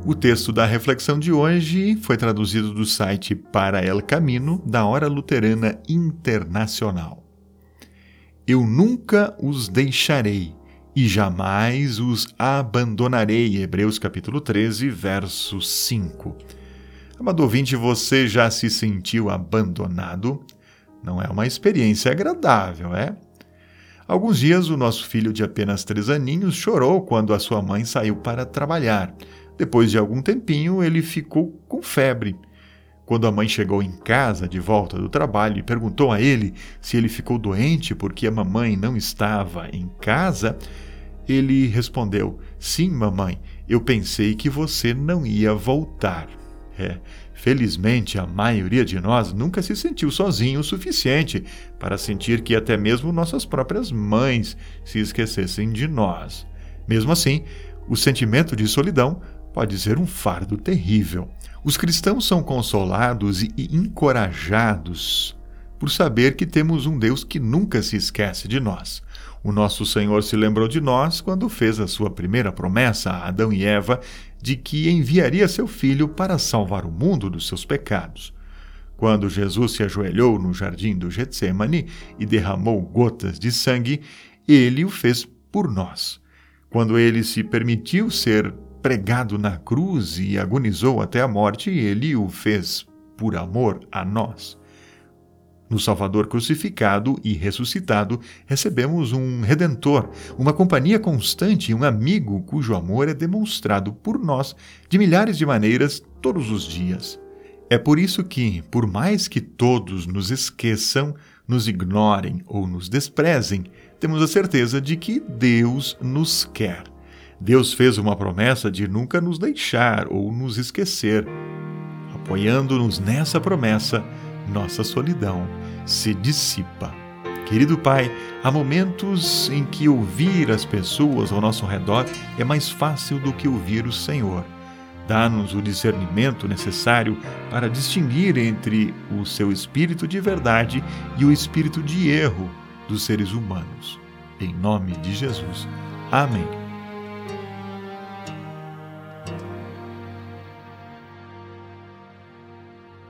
O texto da reflexão de hoje foi traduzido do site Para el Camino, da Hora Luterana Internacional. Eu nunca os deixarei e jamais os abandonarei. Hebreus capítulo 13, verso 5. Amado ouvinte, você já se sentiu abandonado? Não é uma experiência agradável, é? Alguns dias o nosso filho de apenas 3 aninhos chorou quando a sua mãe saiu para trabalhar. Depois de algum tempinho, ele ficou com febre. Quando a mãe chegou em casa de volta do trabalho e perguntou a ele se ele ficou doente porque a mamãe não estava em casa, ele respondeu: "Sim, mamãe, eu pensei que você não ia voltar." Felizmente, a maioria de nós nunca se sentiu sozinho o suficiente para sentir que até mesmo nossas próprias mães se esquecessem de nós. Mesmo assim, o sentimento de solidão pode ser um fardo terrível. Os cristãos são consolados e encorajados por saber que temos um Deus que nunca se esquece de nós. O nosso Senhor se lembrou de nós quando fez a sua primeira promessa a Adão e Eva de que enviaria seu Filho para salvar o mundo dos seus pecados. Quando Jesus se ajoelhou no jardim do Getsêmani e derramou gotas de sangue, ele o fez por nós. Quando ele se permitiu ser pregado na cruz e agonizou até a morte, ele o fez por amor a nós. No Salvador crucificado e ressuscitado, recebemos um Redentor, uma companhia constante e um amigo cujo amor é demonstrado por nós de milhares de maneiras todos os dias. É por isso que, por mais que todos nos esqueçam, nos ignorem ou nos desprezem, temos a certeza de que Deus nos quer. Deus fez uma promessa de nunca nos deixar ou nos esquecer. Apoiando-nos nessa promessa, nossa solidão se dissipa. Querido Pai, há momentos em que ouvir as pessoas ao nosso redor é mais fácil do que ouvir o Senhor. Dá-nos o discernimento necessário para distinguir entre o seu espírito de verdade e o espírito de erro dos seres humanos. Em nome de Jesus. Amém.